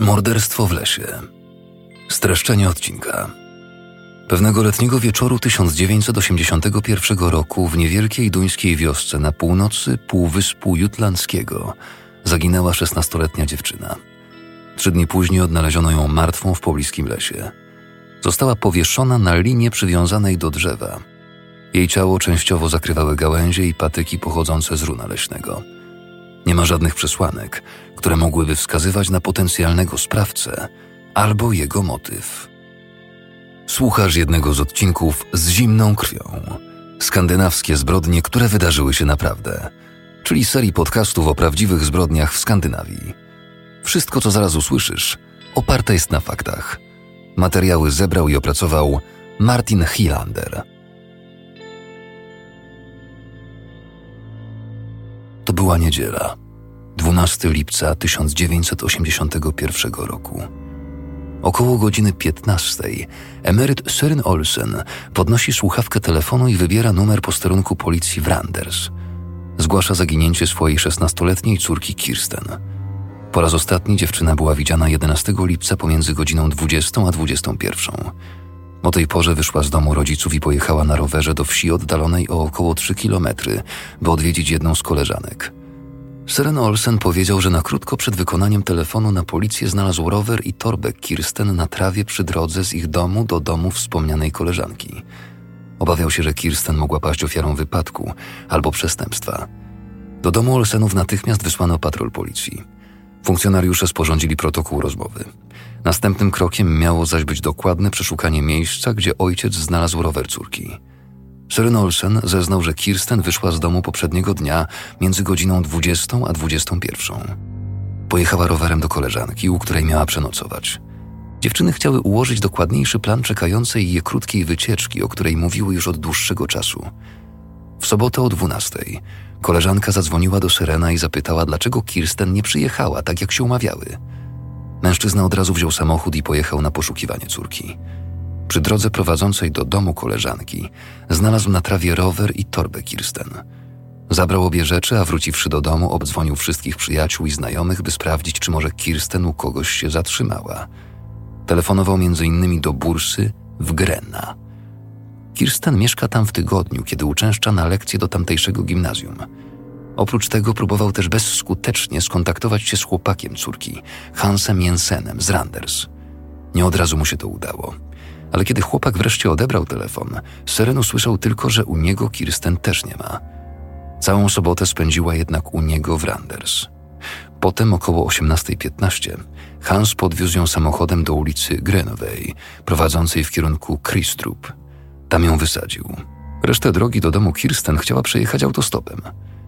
Morderstwo w lesie. Streszczenie odcinka. Pewnego letniego wieczoru 1981 roku w niewielkiej duńskiej wiosce na północy Półwyspu Jutlandzkiego zaginęła 16-letnia dziewczyna. 3 dni później odnaleziono ją martwą w pobliskim lesie. Została powieszona na linie przywiązanej do drzewa. Jej ciało częściowo zakrywały gałęzie i patyki pochodzące z runa leśnego. Nie ma żadnych przesłanek, które mogłyby wskazywać na potencjalnego sprawcę albo jego motyw. Słuchasz jednego z odcinków z zimną krwią. Skandynawskie zbrodnie, które wydarzyły się naprawdę, czyli serii podcastów o prawdziwych zbrodniach w Skandynawii. Wszystko, co zaraz usłyszysz, oparte jest na faktach. Materiały zebrał i opracował Martin Hylander. To była niedziela, 12 lipca 1981 roku. Około godziny 15 emeryt Søren Olsen podnosi słuchawkę telefonu i wybiera numer posterunku policji w Randers. Zgłasza zaginięcie swojej 16-letniej córki Kirsten. Po raz ostatni dziewczyna była widziana 11 lipca pomiędzy godziną 20 a 21. O tej porze wyszła z domu rodziców i pojechała na rowerze do wsi oddalonej o około 3 kilometry, by odwiedzić jedną z koleżanek. Søren Olsen powiedział, że na krótko przed wykonaniem telefonu na policję znalazł rower i torbę Kirsten na trawie przy drodze z ich domu do domu wspomnianej koleżanki. Obawiał się, że Kirsten mogła paść ofiarą wypadku albo przestępstwa. Do domu Olsenów natychmiast wysłano patrol policji. Funkcjonariusze sporządzili protokół rozmowy. Następnym krokiem miało zaś być dokładne przeszukanie miejsca, gdzie ojciec znalazł rower córki. Søren Olsen zeznał, że Kirsten wyszła z domu poprzedniego dnia między godziną 20 a 21. Pojechała rowerem do koleżanki, u której miała przenocować. Dziewczyny chciały ułożyć dokładniejszy plan czekającej je krótkiej wycieczki, o której mówiły już od dłuższego czasu. W sobotę o 12 koleżanka zadzwoniła do Sørena i zapytała, dlaczego Kirsten nie przyjechała, tak jak się umawiały. Mężczyzna od razu wziął samochód i pojechał na poszukiwanie córki. Przy drodze prowadzącej do domu koleżanki znalazł na trawie rower i torbę Kirsten. Zabrał obie rzeczy, a wróciwszy do domu obdzwonił wszystkich przyjaciół i znajomych, by sprawdzić, czy może Kirsten u kogoś się zatrzymała. Telefonował m.in. do bursy w Gränna. Kirsten mieszka tam w tygodniu, kiedy uczęszcza na lekcje do tamtejszego gimnazjum. Oprócz tego próbował też bezskutecznie skontaktować się z chłopakiem córki, Hansem Jensenem z Randers. Nie od razu mu się to udało. Ale kiedy chłopak wreszcie odebrał telefon, Søren usłyszał tylko, że u niego Kirsten też nie ma. Całą sobotę spędziła jednak u niego w Randers. Potem około 18:15 Hans podwiózł ją samochodem do ulicy Grenowej, prowadzącej w kierunku Kristrup. Tam ją wysadził. Resztę drogi do domu Kirsten chciała przejechać autostopem.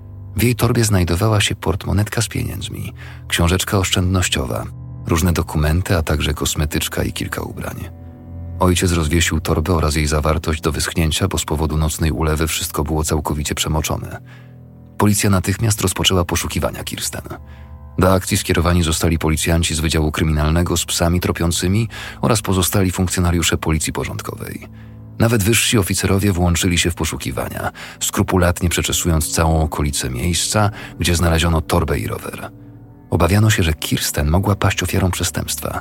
W jej torbie znajdowała się portmonetka z pieniędzmi, książeczka oszczędnościowa, różne dokumenty, a także kosmetyczka i kilka ubrań. Ojciec rozwiesił torbę oraz jej zawartość do wyschnięcia, bo z powodu nocnej ulewy wszystko było całkowicie przemoczone. Policja natychmiast rozpoczęła poszukiwania Kirsten. Do akcji skierowani zostali policjanci z Wydziału Kryminalnego z psami tropiącymi oraz pozostali funkcjonariusze policji porządkowej. Nawet wyżsi oficerowie włączyli się w poszukiwania, skrupulatnie przeczesując całą okolicę miejsca, gdzie znaleziono torbę i rower. Obawiano się, że Kirsten mogła paść ofiarą przestępstwa.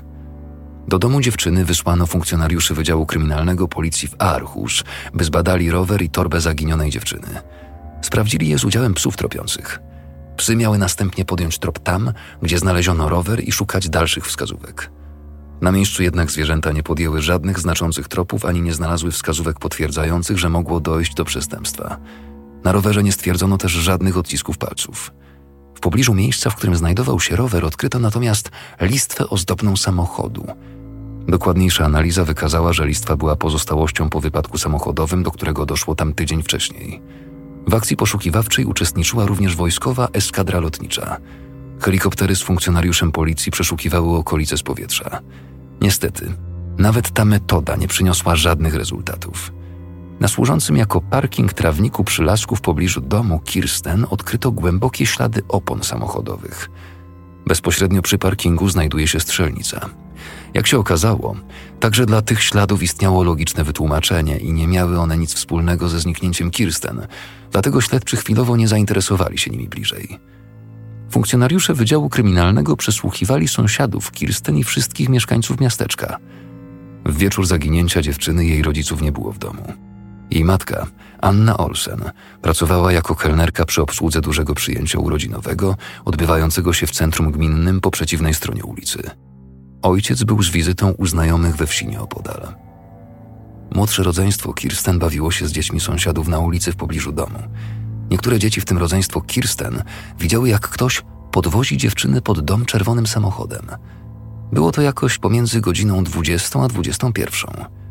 Do domu dziewczyny wysłano funkcjonariuszy Wydziału Kryminalnego Policji w Aarhus, by zbadali rower i torbę zaginionej dziewczyny. Sprawdzili je z udziałem psów tropiących. Psy miały następnie podjąć trop tam, gdzie znaleziono rower i szukać dalszych wskazówek. Na miejscu jednak zwierzęta nie podjęły żadnych znaczących tropów ani nie znalazły wskazówek potwierdzających, że mogło dojść do przestępstwa. Na rowerze nie stwierdzono też żadnych odcisków palców. W pobliżu miejsca, w którym znajdował się rower, odkryto natomiast listwę ozdobną samochodu. Dokładniejsza analiza wykazała, że listwa była pozostałością po wypadku samochodowym, do którego doszło tam tydzień wcześniej. W akcji poszukiwawczej uczestniczyła również wojskowa eskadra lotnicza. Helikoptery z funkcjonariuszem policji przeszukiwały okolice z powietrza. Niestety, nawet ta metoda nie przyniosła żadnych rezultatów. Na służącym jako parking trawniku przy lasku w pobliżu domu Kirsten odkryto głębokie ślady opon samochodowych. Bezpośrednio przy parkingu znajduje się strzelnica. Jak się okazało, także dla tych śladów istniało logiczne wytłumaczenie i nie miały one nic wspólnego ze zniknięciem Kirsten, dlatego śledczy chwilowo nie zainteresowali się nimi bliżej. Funkcjonariusze Wydziału Kryminalnego przesłuchiwali sąsiadów Kirsten i wszystkich mieszkańców miasteczka. W wieczór zaginięcia dziewczyny jej rodziców nie było w domu. Jej matka, Anna Olsen, pracowała jako kelnerka przy obsłudze dużego przyjęcia urodzinowego odbywającego się w centrum gminnym po przeciwnej stronie ulicy. Ojciec był z wizytą u znajomych we wsi nieopodal. Młodsze rodzeństwo Kirsten bawiło się z dziećmi sąsiadów na ulicy w pobliżu domu. Niektóre dzieci, w tym rodzeństwo Kirsten, widziały, jak ktoś podwozi dziewczyny pod dom czerwonym samochodem. Było to jakoś pomiędzy godziną 20 a 21.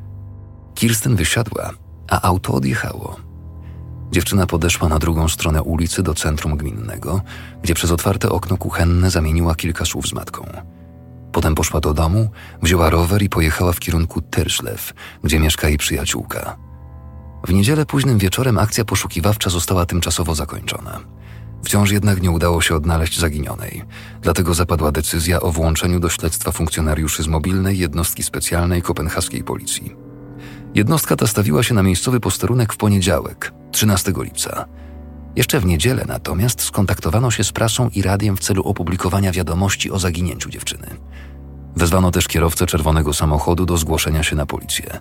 Kirsten wysiadła, a auto odjechało. Dziewczyna podeszła na drugą stronę ulicy do centrum gminnego, gdzie przez otwarte okno kuchenne zamieniła kilka słów z matką. Potem poszła do domu, wzięła rower i pojechała w kierunku Terszlew, gdzie mieszka jej przyjaciółka. W niedzielę późnym wieczorem akcja poszukiwawcza została tymczasowo zakończona. Wciąż jednak nie udało się odnaleźć zaginionej, dlatego zapadła decyzja o włączeniu do śledztwa funkcjonariuszy z mobilnej jednostki specjalnej kopenhaskiej policji. Jednostka ta stawiła się na miejscowy posterunek w poniedziałek, 13 lipca. Jeszcze w niedzielę natomiast skontaktowano się z prasą i radiem w celu opublikowania wiadomości o zaginięciu dziewczyny. Wezwano też kierowcę czerwonego samochodu do zgłoszenia się na policję.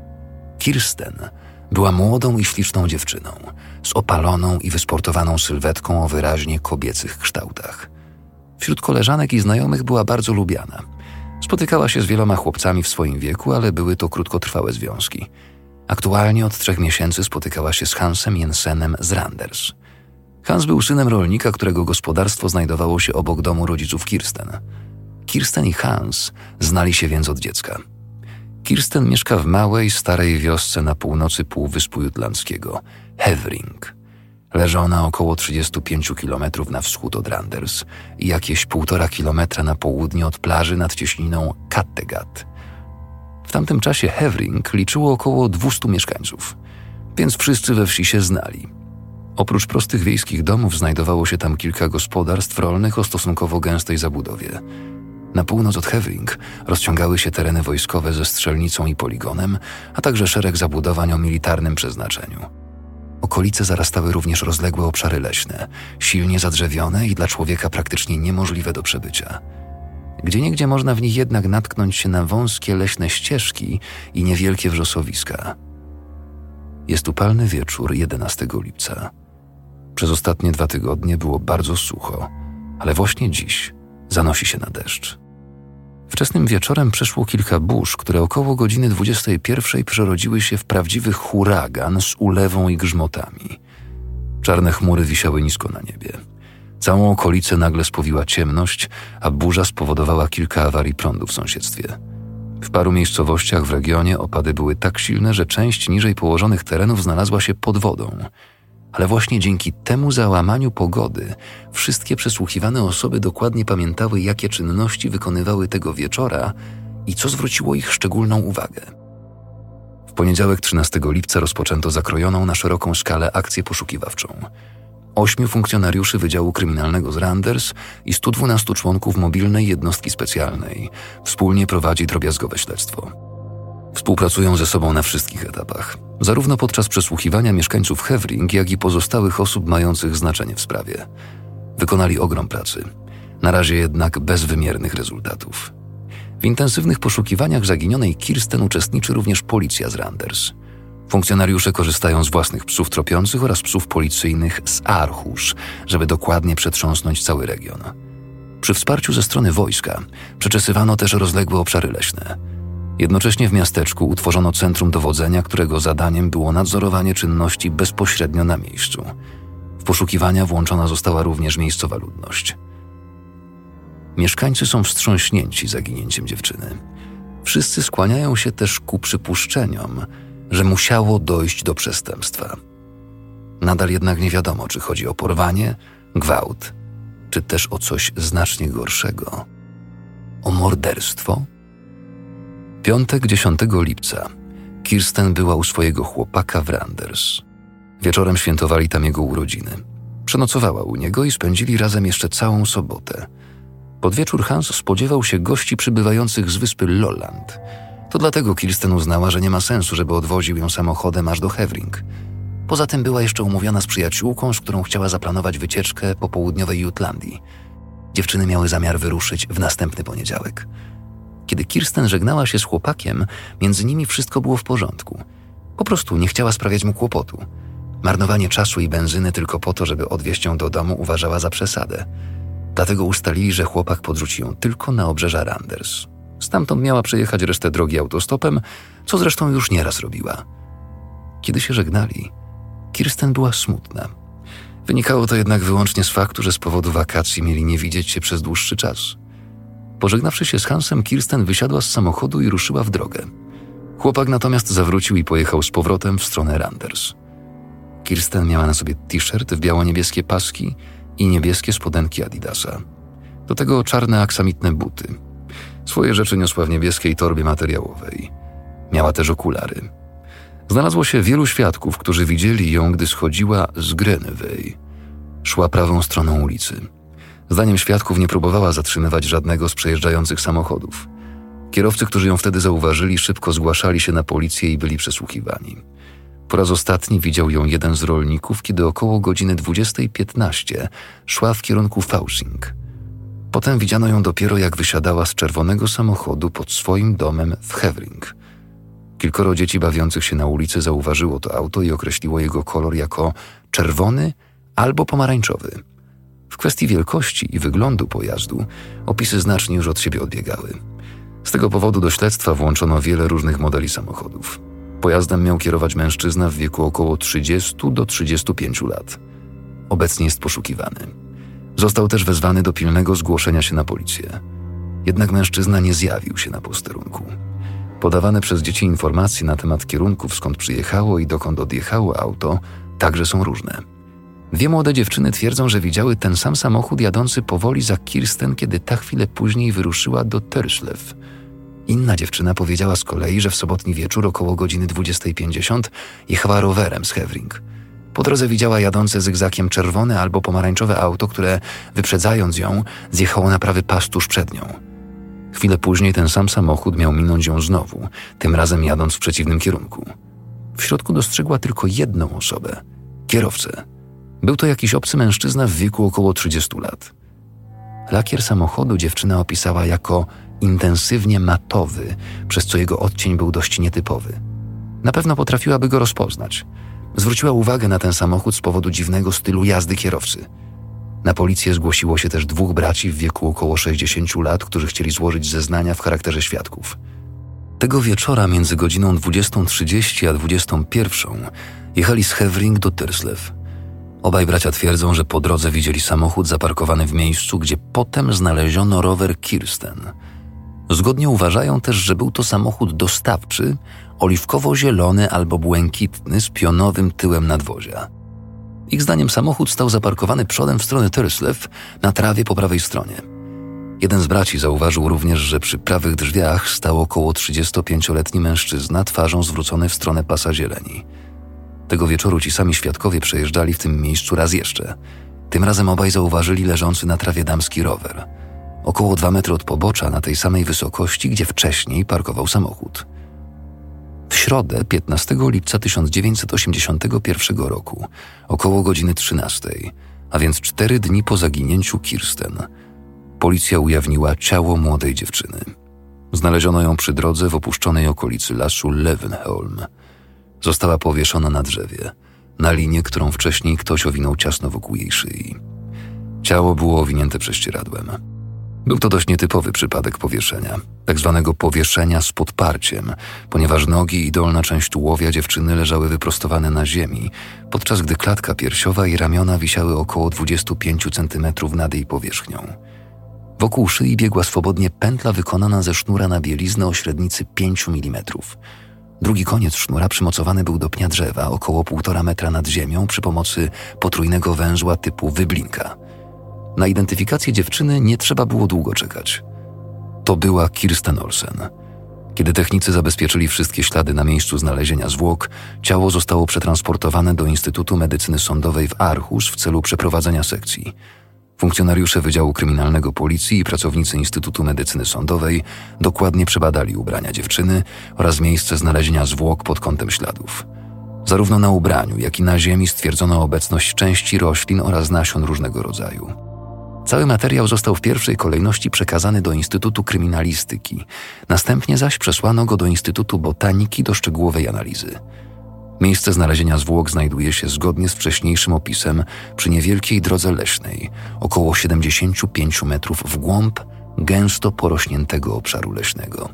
Kirsten była młodą i śliczną dziewczyną, z opaloną i wysportowaną sylwetką o wyraźnie kobiecych kształtach. Wśród koleżanek i znajomych była bardzo lubiana. Spotykała się z wieloma chłopcami w swoim wieku, ale były to krótkotrwałe związki. Aktualnie od 3 miesięcy spotykała się z Hansem Jensenem z Randers. Hans był synem rolnika, którego gospodarstwo znajdowało się obok domu rodziców Kirsten. Kirsten i Hans znali się więc od dziecka. Kirsten mieszka w małej, starej wiosce na północy Półwyspu Jutlandzkiego, Hevring. Leży ona około 35 km na wschód od Randers i jakieś 1,5 kilometra na południe od plaży nad cieśniną Kattegat. W tamtym czasie Hevring liczyło około 200 mieszkańców, więc wszyscy we wsi się znali. Oprócz prostych wiejskich domów znajdowało się tam kilka gospodarstw rolnych o stosunkowo gęstej zabudowie. Na północ od Hevring rozciągały się tereny wojskowe ze strzelnicą i poligonem, a także szereg zabudowań o militarnym przeznaczeniu. Okolice zarastały również rozległe obszary leśne, silnie zadrzewione i dla człowieka praktycznie niemożliwe do przebycia. Gdzieniegdzie można w nich jednak natknąć się na wąskie leśne ścieżki i niewielkie wrzosowiska. Jest upalny wieczór 11 lipca. Przez ostatnie 2 tygodnie było bardzo sucho, ale właśnie dziś zanosi się na deszcz. Wczesnym wieczorem przeszło kilka burz, które około godziny 21 przerodziły się w prawdziwy huragan z ulewą i grzmotami. Czarne chmury wisiały nisko na niebie. Całą okolicę nagle spowiła ciemność, a burza spowodowała kilka awarii prądu w sąsiedztwie. W paru miejscowościach w regionie opady były tak silne, że część niżej położonych terenów znalazła się pod wodą. Ale właśnie dzięki temu załamaniu pogody wszystkie przesłuchiwane osoby dokładnie pamiętały, jakie czynności wykonywały tego wieczora i co zwróciło ich szczególną uwagę. W poniedziałek 13 lipca rozpoczęto zakrojoną na szeroką skalę akcję poszukiwawczą. 8 funkcjonariuszy Wydziału Kryminalnego z Randers i 112 członków mobilnej jednostki specjalnej wspólnie prowadzi drobiazgowe śledztwo. Współpracują ze sobą na wszystkich etapach, zarówno podczas przesłuchiwania mieszkańców Hevring, jak i pozostałych osób mających znaczenie w sprawie. Wykonali ogrom pracy, na razie jednak bez wymiernych rezultatów. W intensywnych poszukiwaniach zaginionej Kirsten uczestniczy również policja z Randers. Funkcjonariusze korzystają z własnych psów tropiących oraz psów policyjnych z Aarhus, żeby dokładnie przetrząsnąć cały region. Przy wsparciu ze strony wojska przeczesywano też rozległe obszary leśne. Jednocześnie w miasteczku utworzono centrum dowodzenia, którego zadaniem było nadzorowanie czynności bezpośrednio na miejscu. W poszukiwania włączona została również miejscowa ludność. Mieszkańcy są wstrząśnięci zaginięciem dziewczyny. Wszyscy skłaniają się też ku przypuszczeniom, że musiało dojść do przestępstwa. Nadal jednak nie wiadomo, czy chodzi o porwanie, gwałt, czy też o coś znacznie gorszego. O morderstwo? Piątek 10 lipca. Kirsten była u swojego chłopaka w Randers. Wieczorem świętowali tam jego urodziny. Przenocowała u niego i spędzili razem jeszcze całą sobotę. Pod wieczór Hans spodziewał się gości przybywających z wyspy Lolland. To dlatego Kirsten uznała, że nie ma sensu, żeby odwoził ją samochodem aż do Hevring. Poza tym była jeszcze umówiona z przyjaciółką, z którą chciała zaplanować wycieczkę po południowej Jutlandii. Dziewczyny miały zamiar wyruszyć w następny poniedziałek. Kiedy Kirsten żegnała się z chłopakiem, między nimi wszystko było w porządku. Po prostu nie chciała sprawiać mu kłopotu. Marnowanie czasu i benzyny tylko po to, żeby odwieźć ją do domu, uważała za przesadę. Dlatego ustalili, że chłopak podrzuci ją tylko na obrzeża Randers. Stamtąd miała przejechać resztę drogi autostopem, co zresztą już nieraz robiła. Kiedy się żegnali, Kirsten była smutna. Wynikało to jednak wyłącznie z faktu, że z powodu wakacji mieli nie widzieć się przez dłuższy czas. Pożegnawszy się z Hansem, Kirsten wysiadła z samochodu i ruszyła w drogę. Chłopak natomiast zawrócił i pojechał z powrotem w stronę Randers. Kirsten miała na sobie t-shirt w biało-niebieskie paski i niebieskie spodenki Adidasa. Do tego czarne aksamitne buty. Swoje rzeczy niosła w niebieskiej torbie materiałowej. Miała też okulary. Znalazło się wielu świadków, którzy widzieli ją, gdy schodziła z Greneville. Szła prawą stroną ulicy. Zdaniem świadków nie próbowała zatrzymywać żadnego z przejeżdżających samochodów. Kierowcy, którzy ją wtedy zauważyli, szybko zgłaszali się na policję i byli przesłuchiwani. Po raz ostatni widział ją jeden z rolników, kiedy około godziny 20:15 szła w kierunku Fausing. Potem widziano ją dopiero, jak wysiadała z czerwonego samochodu pod swoim domem w Hevring. Kilkoro dzieci bawiących się na ulicy zauważyło to auto i określiło jego kolor jako czerwony albo pomarańczowy. W kwestii wielkości i wyglądu pojazdu opisy znacznie już od siebie odbiegały. Z tego powodu do śledztwa włączono wiele różnych modeli samochodów. Pojazdem miał kierować mężczyzna w wieku około 30 do 35 lat. Obecnie jest poszukiwany. Został też wezwany do pilnego zgłoszenia się na policję. Jednak mężczyzna nie zjawił się na posterunku. Podawane przez dzieci informacje na temat kierunków, skąd przyjechało i dokąd odjechało auto, także są różne. Dwie młode dziewczyny twierdzą, że widziały ten sam samochód jadący powoli za Kirsten, kiedy ta chwilę później wyruszyła do Törslew. Inna dziewczyna powiedziała z kolei, że w sobotni wieczór około godziny 20:50 jechała rowerem z Hevring. Po drodze widziała jadące zygzakiem czerwone albo pomarańczowe auto, które, wyprzedzając ją, zjechało na prawy pas tuż przed nią. Chwilę później ten sam samochód miał minąć ją znowu, tym razem jadąc w przeciwnym kierunku. W środku dostrzegła tylko jedną osobę – kierowcę. Był to jakiś obcy mężczyzna w wieku około 30 lat. Lakier samochodu dziewczyna opisała jako intensywnie matowy, przez co jego odcień był dość nietypowy. Na pewno potrafiłaby go rozpoznać. Zwróciła uwagę na ten samochód z powodu dziwnego stylu jazdy kierowcy. Na policję zgłosiło się też dwóch braci w wieku około 60 lat, którzy chcieli złożyć zeznania w charakterze świadków. Tego wieczora między godziną 20:30 a 21:00 jechali z Hevring do Törslew. Obaj bracia twierdzą, że po drodze widzieli samochód zaparkowany w miejscu, gdzie potem znaleziono rower Kirsten. Zgodnie uważają też, że był to samochód dostawczy, oliwkowo-zielony albo błękitny z pionowym tyłem nadwozia. Ich zdaniem samochód stał zaparkowany przodem w stronę Törslew na trawie po prawej stronie. Jeden z braci zauważył również, że przy prawych drzwiach stał około 35-letni mężczyzna, twarzą zwrócony w stronę pasa zieleni. Tego wieczoru ci sami świadkowie przejeżdżali w tym miejscu raz jeszcze. Tym razem obaj zauważyli leżący na trawie damski rower. Około 2 metry od pobocza, na tej samej wysokości, gdzie wcześniej parkował samochód. W środę, 15 lipca 1981 roku, około godziny 13:00, a więc 4 dni po zaginięciu Kirsten, policja ujawniła ciało młodej dziewczyny. Znaleziono ją przy drodze w opuszczonej okolicy lasu Levenholm. Została powieszona na drzewie, na linię, którą wcześniej ktoś owinął ciasno wokół jej szyi. Ciało było owinięte prześcieradłem. Był to dość nietypowy przypadek powieszenia, tak zwanego powieszenia z podparciem, ponieważ nogi i dolna część tułowia dziewczyny leżały wyprostowane na ziemi, podczas gdy klatka piersiowa i ramiona wisiały około 25 cm nad jej powierzchnią. Wokół szyi biegła swobodnie pętla wykonana ze sznura na bieliznę o średnicy 5 mm. Drugi koniec sznura przymocowany był do pnia drzewa około 1,5 metra nad ziemią przy pomocy potrójnego węzła typu wyblinka. Na identyfikację dziewczyny nie trzeba było długo czekać. To była Kirsten Olsen. Kiedy technicy zabezpieczyli wszystkie ślady na miejscu znalezienia zwłok, ciało zostało przetransportowane do Instytutu Medycyny Sądowej w Aarhus w celu przeprowadzenia sekcji. Funkcjonariusze Wydziału Kryminalnego Policji i pracownicy Instytutu Medycyny Sądowej dokładnie przebadali ubrania dziewczyny oraz miejsce znalezienia zwłok pod kątem śladów. Zarówno na ubraniu, jak i na ziemi stwierdzono obecność części roślin oraz nasion różnego rodzaju. Cały materiał został w pierwszej kolejności przekazany do Instytutu Kryminalistyki, następnie zaś przesłano go do Instytutu Botaniki do szczegółowej analizy. Miejsce znalezienia zwłok znajduje się zgodnie z wcześniejszym opisem przy niewielkiej drodze leśnej, około 75 metrów w głąb gęsto porośniętego obszaru leśnego.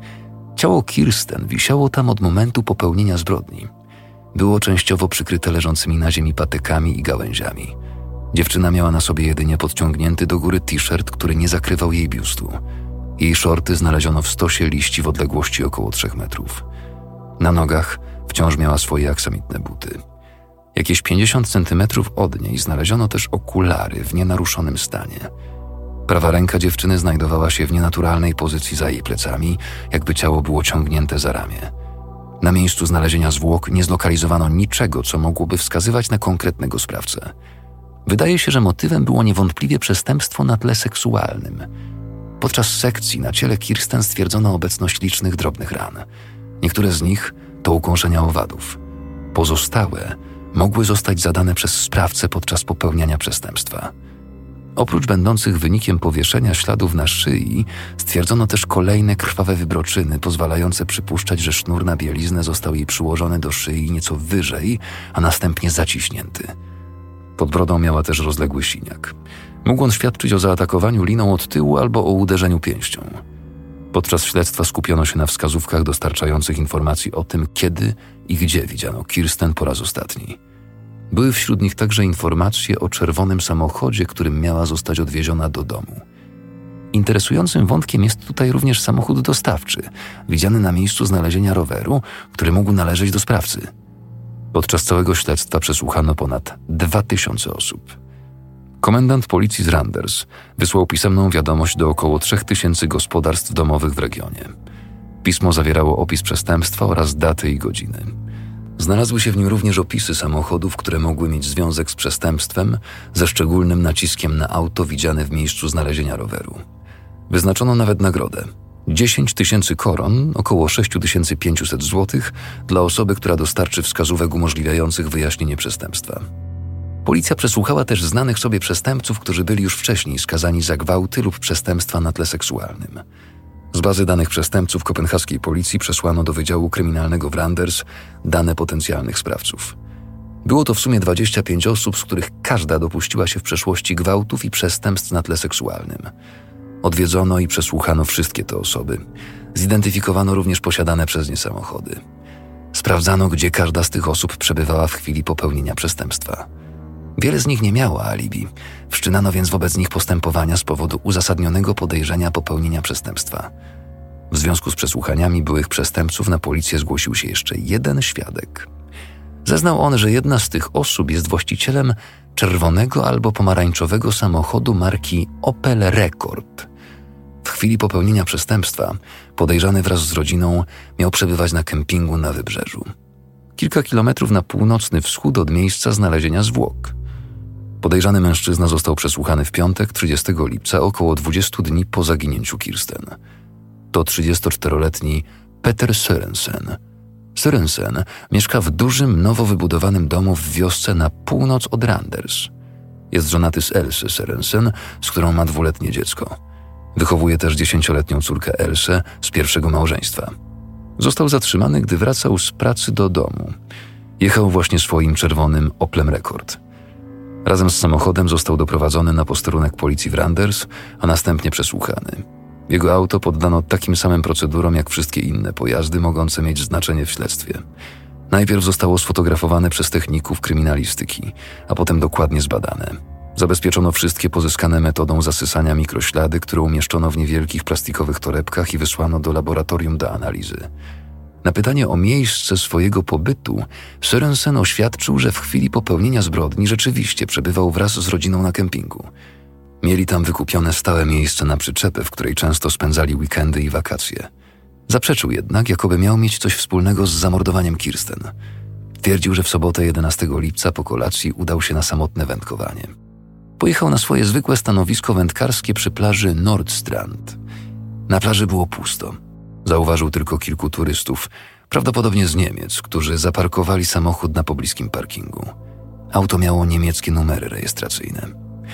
Ciało Kirsten wisiało tam od momentu popełnienia zbrodni. Było częściowo przykryte leżącymi na ziemi patykami i gałęziami. Dziewczyna miała na sobie jedynie podciągnięty do góry t-shirt, który nie zakrywał jej biustu. Jej szorty znaleziono w stosie liści w odległości około 3 metrów. Na nogach wciąż miała swoje aksamitne buty. Jakieś 50 centymetrów od niej znaleziono też okulary w nienaruszonym stanie. Prawa ręka dziewczyny znajdowała się w nienaturalnej pozycji za jej plecami, jakby ciało było ciągnięte za ramię. Na miejscu znalezienia zwłok nie zlokalizowano niczego, co mogłoby wskazywać na konkretnego sprawcę. Wydaje się, że motywem było niewątpliwie przestępstwo na tle seksualnym. Podczas sekcji na ciele Kirsten stwierdzono obecność licznych drobnych ran. Niektóre z nich to ukąszenia owadów. Pozostałe mogły zostać zadane przez sprawcę podczas popełniania przestępstwa. Oprócz będących wynikiem powieszenia śladów na szyi, stwierdzono też kolejne krwawe wybroczyny, pozwalające przypuszczać, że sznur na bieliznę został jej przyłożony do szyi nieco wyżej, a następnie zaciśnięty. Pod brodą miała też rozległy siniak. Mógł on świadczyć o zaatakowaniu liną od tyłu albo o uderzeniu pięścią. Podczas śledztwa skupiono się na wskazówkach dostarczających informacji o tym, kiedy i gdzie widziano Kirsten po raz ostatni. Były wśród nich także informacje o czerwonym samochodzie, którym miała zostać odwieziona do domu. Interesującym wątkiem jest tutaj również samochód dostawczy, widziany na miejscu znalezienia roweru, który mógł należeć do sprawcy. Podczas całego śledztwa przesłuchano ponad 2000 osób. Komendant policji z Randers wysłał pisemną wiadomość do około 3000 gospodarstw domowych w regionie. Pismo zawierało opis przestępstwa oraz daty i godziny. Znalazły się w nim również opisy samochodów, które mogły mieć związek z przestępstwem, ze szczególnym naciskiem na auto widziane w miejscu znalezienia roweru. Wyznaczono nawet nagrodę. 10 000 koron, około 6500 zł, dla osoby, która dostarczy wskazówek umożliwiających wyjaśnienie przestępstwa. Policja przesłuchała też znanych sobie przestępców, którzy byli już wcześniej skazani za gwałty lub przestępstwa na tle seksualnym. Z bazy danych przestępców kopenhaskiej policji przesłano do Wydziału Kryminalnego w Randers dane potencjalnych sprawców. Było to w sumie 25 osób, z których każda dopuściła się w przeszłości gwałtów i przestępstw na tle seksualnym. Odwiedzono i przesłuchano wszystkie te osoby. Zidentyfikowano również posiadane przez nie samochody. Sprawdzano, gdzie każda z tych osób przebywała w chwili popełnienia przestępstwa. Wiele z nich nie miało alibi. Wszczynano więc wobec nich postępowania z powodu uzasadnionego podejrzenia popełnienia przestępstwa. W związku z przesłuchaniami byłych przestępców na policję zgłosił się jeszcze jeden świadek. Zeznał on, że jedna z tych osób jest właścicielem czerwonego albo pomarańczowego samochodu marki Opel Rekord. W chwili popełnienia przestępstwa podejrzany wraz z rodziną miał przebywać na kempingu na Wybrzeżu. Kilka kilometrów na północny wschód od miejsca znalezienia zwłok. Podejrzany mężczyzna został przesłuchany w piątek, 30 lipca, około 20 dni po zaginięciu Kirsten. To 34-letni Peter Sørensen. Sørensen mieszka w dużym, nowo wybudowanym domu w wiosce na północ od Randers. Jest żonaty z Else Sørensen, z którą ma 2-letnie dziecko. Wychowuje też 10-letnią córkę Else z pierwszego małżeństwa. Został zatrzymany, gdy wracał z pracy do domu. Jechał właśnie swoim czerwonym Oplem Rekord. Razem z samochodem został doprowadzony na posterunek policji w Randers, a następnie przesłuchany. Jego auto poddano takim samym procedurom jak wszystkie inne pojazdy mogące mieć znaczenie w śledztwie. Najpierw zostało sfotografowane przez techników kryminalistyki, a potem dokładnie zbadane. Zabezpieczono wszystkie pozyskane metodą zasysania mikroślady, które umieszczono w niewielkich plastikowych torebkach i wysłano do laboratorium do analizy. Na pytanie o miejsce swojego pobytu Sørensen oświadczył, że w chwili popełnienia zbrodni rzeczywiście przebywał wraz z rodziną na kempingu. Mieli tam wykupione stałe miejsce na przyczepę, w której często spędzali weekendy i wakacje. Zaprzeczył jednak, jakoby miał mieć coś wspólnego z zamordowaniem Kirsten. Twierdził, że w sobotę 11 lipca po kolacji udał się na samotne wędkowanie. Pojechał na swoje zwykłe stanowisko wędkarskie przy plaży Nordstrand. Na plaży było pusto. Zauważył tylko kilku turystów, prawdopodobnie z Niemiec, którzy zaparkowali samochód na pobliskim parkingu. Auto miało niemieckie numery rejestracyjne.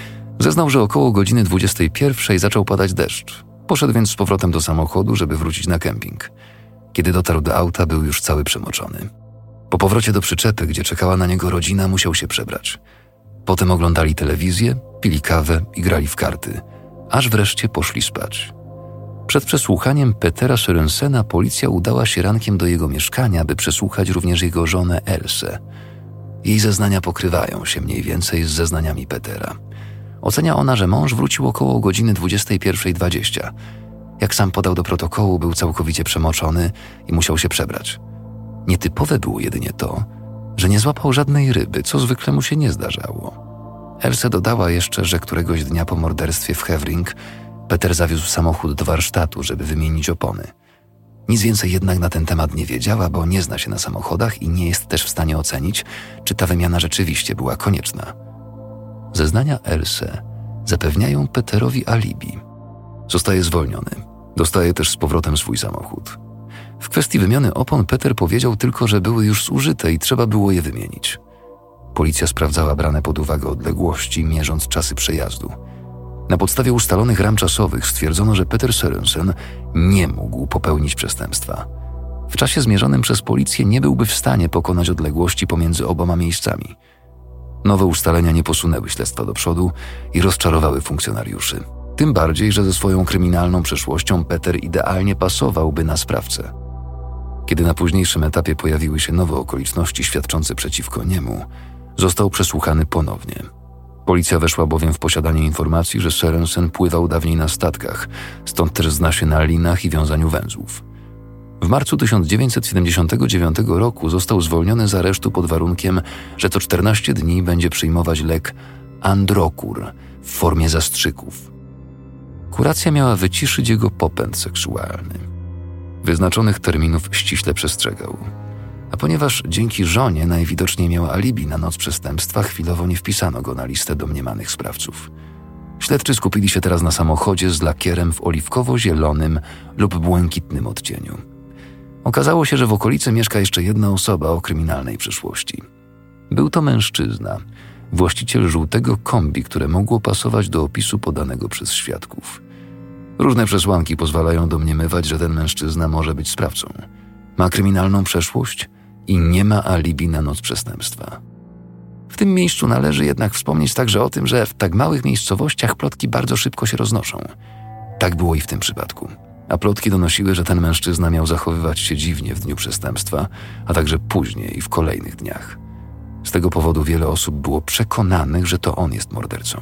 Zeznał, że około godziny 21 zaczął padać deszcz. Poszedł więc z powrotem do samochodu, żeby wrócić na kemping. Kiedy dotarł do auta, był już cały przemoczony. Po powrocie do przyczepy, gdzie czekała na niego rodzina, musiał się przebrać. Potem oglądali telewizję, pili kawę i grali w karty, aż wreszcie poszli spać. Przed przesłuchaniem Petera Sørensena policja udała się rankiem do jego mieszkania, by przesłuchać również jego żonę Elsę. Jej zeznania pokrywają się mniej więcej z zeznaniami Petera. Ocenia ona, że mąż wrócił około godziny 21:20. Jak sam podał do protokołu, był całkowicie przemoczony i musiał się przebrać. Nietypowe było jedynie to, że nie złapał żadnej ryby, co zwykle mu się nie zdarzało. Else dodała jeszcze, że któregoś dnia po morderstwie w Hevring Peter zawiózł samochód do warsztatu, żeby wymienić opony. Nic więcej jednak na ten temat nie wiedziała, bo nie zna się na samochodach i nie jest też w stanie ocenić, czy ta wymiana rzeczywiście była konieczna. Zeznania Else zapewniają Peterowi alibi. Zostaje zwolniony. Dostaje też z powrotem swój samochód. W kwestii wymiany opon Peter powiedział tylko, że były już zużyte i trzeba było je wymienić. Policja sprawdzała brane pod uwagę odległości, mierząc czasy przejazdu. Na podstawie ustalonych ram czasowych stwierdzono, że Peter Sørensen nie mógł popełnić przestępstwa. W czasie zmierzonym przez policję nie byłby w stanie pokonać odległości pomiędzy oboma miejscami. Nowe ustalenia nie posunęły śledztwa do przodu i rozczarowały funkcjonariuszy. Tym bardziej, że ze swoją kryminalną przeszłością Peter idealnie pasowałby na sprawcę. Kiedy na późniejszym etapie pojawiły się nowe okoliczności świadczące przeciwko niemu, został przesłuchany ponownie. Policja weszła bowiem w posiadanie informacji, że Sørensen pływał dawniej na statkach, stąd też zna się na linach i wiązaniu węzłów. W marcu 1979 roku został zwolniony z aresztu pod warunkiem, że co 14 dni będzie przyjmować lek Androkur w formie zastrzyków. Kuracja miała wyciszyć jego popęd seksualny. Wyznaczonych terminów ściśle przestrzegał. A ponieważ dzięki żonie najwidoczniej miał alibi na noc przestępstwa, chwilowo nie wpisano go na listę domniemanych sprawców. Śledczy skupili się teraz na samochodzie z lakierem w oliwkowo-zielonym lub błękitnym odcieniu. Okazało się, że w okolicy mieszka jeszcze jedna osoba o kryminalnej przeszłości. Był to mężczyzna, właściciel żółtego kombi, które mogło pasować do opisu podanego przez świadków. Różne przesłanki pozwalają domniemywać, że ten mężczyzna może być sprawcą. Ma kryminalną przeszłość i nie ma alibi na noc przestępstwa. W tym miejscu należy jednak wspomnieć także o tym, że w tak małych miejscowościach plotki bardzo szybko się roznoszą. Tak było i w tym przypadku. A plotki donosiły, że ten mężczyzna miał zachowywać się dziwnie w dniu przestępstwa, a także później i w kolejnych dniach. Z tego powodu wiele osób było przekonanych, że to on jest mordercą.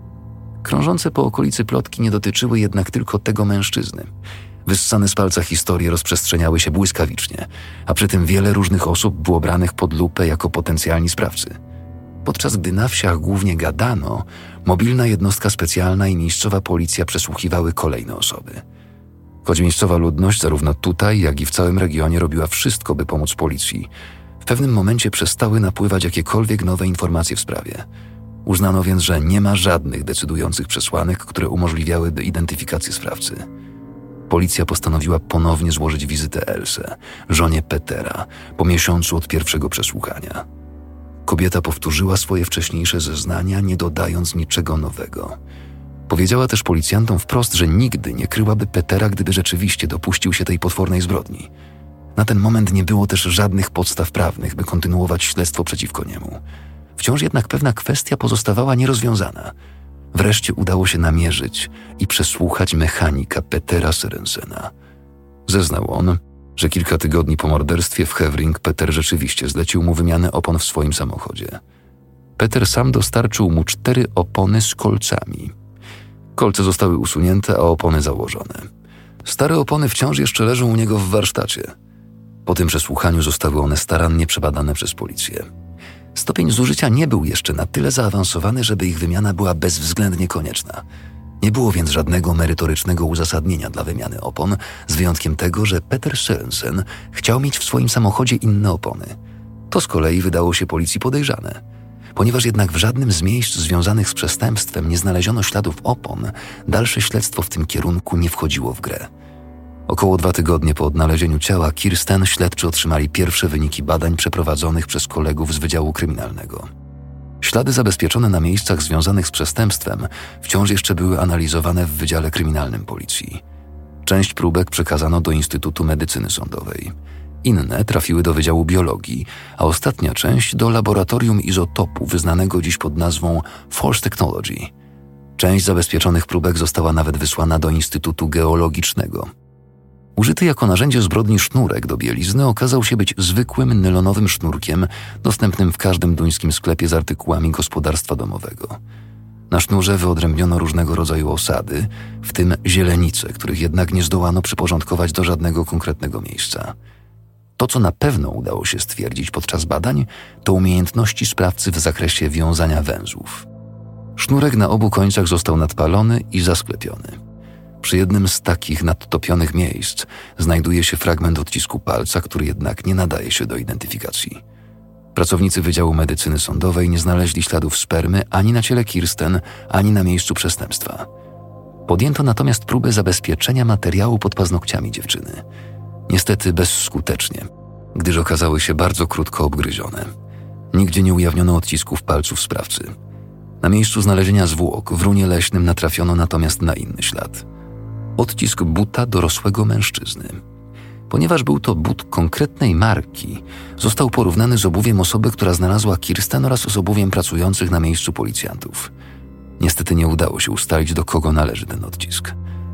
Krążące po okolicy plotki nie dotyczyły jednak tylko tego mężczyzny. Wyssane z palca historie rozprzestrzeniały się błyskawicznie, a przy tym wiele różnych osób było branych pod lupę jako potencjalni sprawcy. Podczas gdy na wsiach głównie gadano, mobilna jednostka specjalna i miejscowa policja przesłuchiwały kolejne osoby. Choć miejscowa ludność zarówno tutaj, jak i w całym regionie robiła wszystko, by pomóc policji, w pewnym momencie przestały napływać jakiekolwiek nowe informacje w sprawie. Uznano więc, że nie ma żadnych decydujących przesłanek, które umożliwiały identyfikację sprawcy. Policja postanowiła ponownie złożyć wizytę Else, żonie Petera, po miesiącu od pierwszego przesłuchania. Kobieta powtórzyła swoje wcześniejsze zeznania, nie dodając niczego nowego. Powiedziała też policjantom wprost, że nigdy nie kryłaby Petera, gdyby rzeczywiście dopuścił się tej potwornej zbrodni. Na ten moment nie było też żadnych podstaw prawnych, by kontynuować śledztwo przeciwko niemu. Wciąż jednak pewna kwestia pozostawała nierozwiązana. Wreszcie udało się namierzyć i przesłuchać mechanika Petera Sørensena. Zeznał on, że kilka tygodni po morderstwie w Hevring Peter rzeczywiście zlecił mu wymianę opon w swoim samochodzie. Peter sam dostarczył mu 4 opony z kolcami. Kolce zostały usunięte, a opony założone. Stare opony wciąż jeszcze leżą u niego w warsztacie. Po tym przesłuchaniu zostały one starannie przebadane przez policję. Stopień zużycia nie był jeszcze na tyle zaawansowany, żeby ich wymiana była bezwzględnie konieczna. Nie było więc żadnego merytorycznego uzasadnienia dla wymiany opon, z wyjątkiem tego, że Peter Sørensen chciał mieć w swoim samochodzie inne opony. To z kolei wydało się policji podejrzane. Ponieważ jednak w żadnym z miejsc związanych z przestępstwem nie znaleziono śladów opon, dalsze śledztwo w tym kierunku nie wchodziło w grę. Około 2 tygodnie po odnalezieniu ciała Kirsten śledczy otrzymali pierwsze wyniki badań przeprowadzonych przez kolegów z Wydziału Kryminalnego. Ślady zabezpieczone na miejscach związanych z przestępstwem wciąż jeszcze były analizowane w Wydziale Kryminalnym Policji. Część próbek przekazano do Instytutu Medycyny Sądowej. Inne trafiły do Wydziału Biologii, a ostatnia część do laboratorium izotopu wyznanego dziś pod nazwą Force Technology. Część zabezpieczonych próbek została nawet wysłana do Instytutu Geologicznego. Użyty jako narzędzie zbrodni sznurek do bielizny okazał się być zwykłym nylonowym sznurkiem dostępnym w każdym duńskim sklepie z artykułami gospodarstwa domowego. Na sznurze wyodrębniono różnego rodzaju osady, w tym zielenice, których jednak nie zdołano przyporządkować do żadnego konkretnego miejsca. To, co na pewno udało się stwierdzić podczas badań, to umiejętności sprawcy w zakresie wiązania węzłów. Sznurek na obu końcach został nadpalony i zasklepiony. Przy jednym z takich nadtopionych miejsc znajduje się fragment odcisku palca, który jednak nie nadaje się do identyfikacji. Pracownicy Wydziału Medycyny Sądowej nie znaleźli śladów spermy ani na ciele Kirsten, ani na miejscu przestępstwa. Podjęto natomiast próbę zabezpieczenia materiału pod paznokciami dziewczyny. Niestety bezskutecznie, gdyż okazały się bardzo krótko obgryzione. Nigdzie nie ujawniono odcisków palców sprawcy. Na miejscu znalezienia zwłok w runie leśnym natrafiono natomiast na inny ślad. Odcisk buta dorosłego mężczyzny. Ponieważ był to but konkretnej marki, został porównany z obuwiem osoby, która znalazła Kirsten oraz z obuwiem pracujących na miejscu policjantów. Niestety nie udało się ustalić, do kogo należy ten odcisk.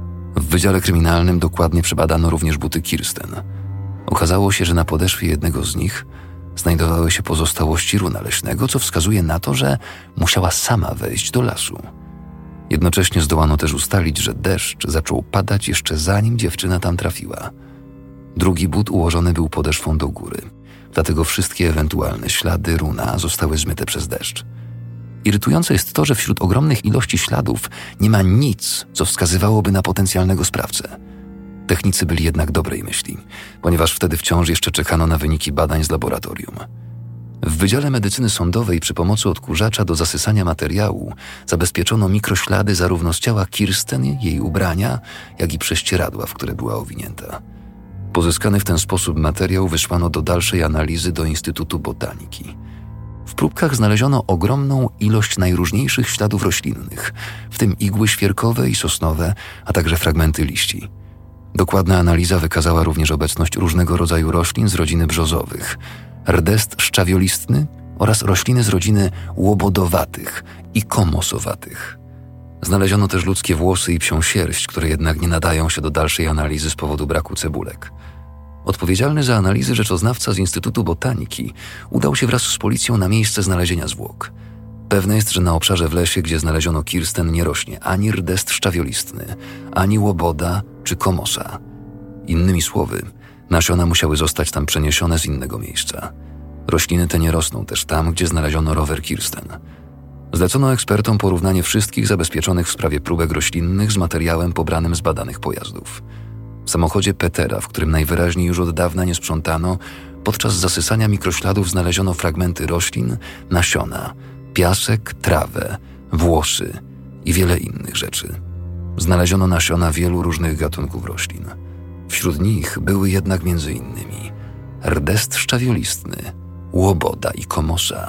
W Wydziale Kryminalnym dokładnie przebadano również buty Kirsten. Okazało się, że na podeszwie jednego z nich znajdowały się pozostałości runa leśnego, co wskazuje na to, że musiała sama wejść do lasu. Jednocześnie zdołano też ustalić, że deszcz zaczął padać jeszcze zanim dziewczyna tam trafiła. Drugi but ułożony był podeszwą do góry, dlatego wszystkie ewentualne ślady runa zostały zmyte przez deszcz. Irytujące jest to, że wśród ogromnych ilości śladów nie ma nic, co wskazywałoby na potencjalnego sprawcę. Technicy byli jednak dobrej myśli, ponieważ wtedy wciąż jeszcze czekano na wyniki badań z laboratorium. W Wydziale Medycyny Sądowej przy pomocy odkurzacza do zasysania materiału zabezpieczono mikroślady zarówno z ciała Kirsten, jej ubrania, jak i prześcieradła, w które była owinięta. Pozyskany w ten sposób materiał wysłano do dalszej analizy do Instytutu Botaniki. W próbkach znaleziono ogromną ilość najróżniejszych śladów roślinnych, w tym igły świerkowe i sosnowe, a także fragmenty liści. Dokładna analiza wykazała również obecność różnego rodzaju roślin z rodziny brzozowych, rdest szczawiolistny oraz rośliny z rodziny łobodowatych i komosowatych. Znaleziono też ludzkie włosy i psią sierść, które jednak nie nadają się do dalszej analizy z powodu braku cebulek. Odpowiedzialny za analizy rzeczoznawca z Instytutu Botaniki udał się wraz z policją na miejsce znalezienia zwłok. Pewne jest, że na obszarze w lesie, gdzie znaleziono Kirsten, nie rośnie ani rdest szczawiolistny, ani łoboda czy komosa. Innymi słowy, nasiona musiały zostać tam przeniesione z innego miejsca. Rośliny te nie rosną też tam, gdzie znaleziono rower Kirsten. Zlecono ekspertom porównanie wszystkich zabezpieczonych w sprawie próbek roślinnych z materiałem pobranym z badanych pojazdów. W samochodzie Petera, w którym najwyraźniej już od dawna nie sprzątano, podczas zasysania mikrośladów znaleziono fragmenty roślin, nasiona, piasek, trawę, włosy i wiele innych rzeczy. Znaleziono nasiona wielu różnych gatunków roślin. Wśród nich były jednak między innymi rdest szczawiolistny, łoboda i komosa.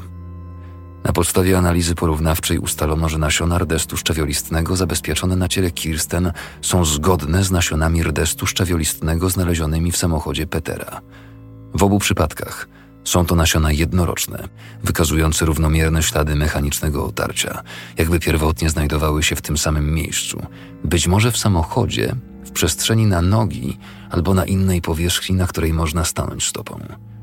Na podstawie analizy porównawczej ustalono, że nasiona rdestu szczawiolistnego zabezpieczone na ciele Kirsten są zgodne z nasionami rdestu szczawiolistnego znalezionymi w samochodzie Petera. W obu przypadkach są to nasiona jednoroczne, wykazujące równomierne ślady mechanicznego otarcia, jakby pierwotnie znajdowały się w tym samym miejscu, być może w samochodzie, w przestrzeni na nogi albo na innej powierzchni, na której można stanąć stopą.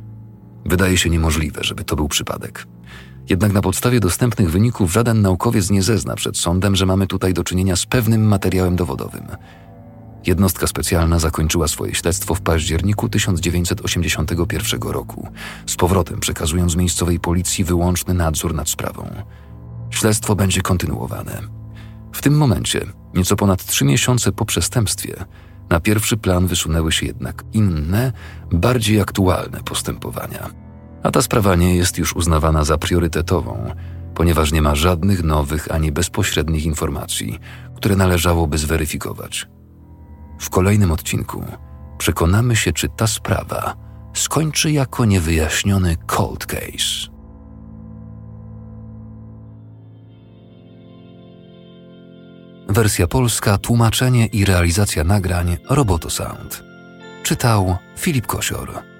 Wydaje się niemożliwe, żeby to był przypadek. Jednak na podstawie dostępnych wyników żaden naukowiec nie zezna przed sądem, że mamy tutaj do czynienia z pewnym materiałem dowodowym. Jednostka specjalna zakończyła swoje śledztwo w październiku 1981 roku, z powrotem przekazując miejscowej policji wyłączny nadzór nad sprawą. Śledztwo będzie kontynuowane. W tym momencie, nieco ponad 3 miesiące po przestępstwie, na pierwszy plan wysunęły się jednak inne, bardziej aktualne postępowania. A ta sprawa nie jest już uznawana za priorytetową, ponieważ nie ma żadnych nowych ani bezpośrednich informacji, które należałoby zweryfikować. W kolejnym odcinku przekonamy się, czy ta sprawa skończy jako niewyjaśniony cold case. Wersja polska, tłumaczenie i realizacja nagrań Roboto Sound. Czytał Filip Kosior.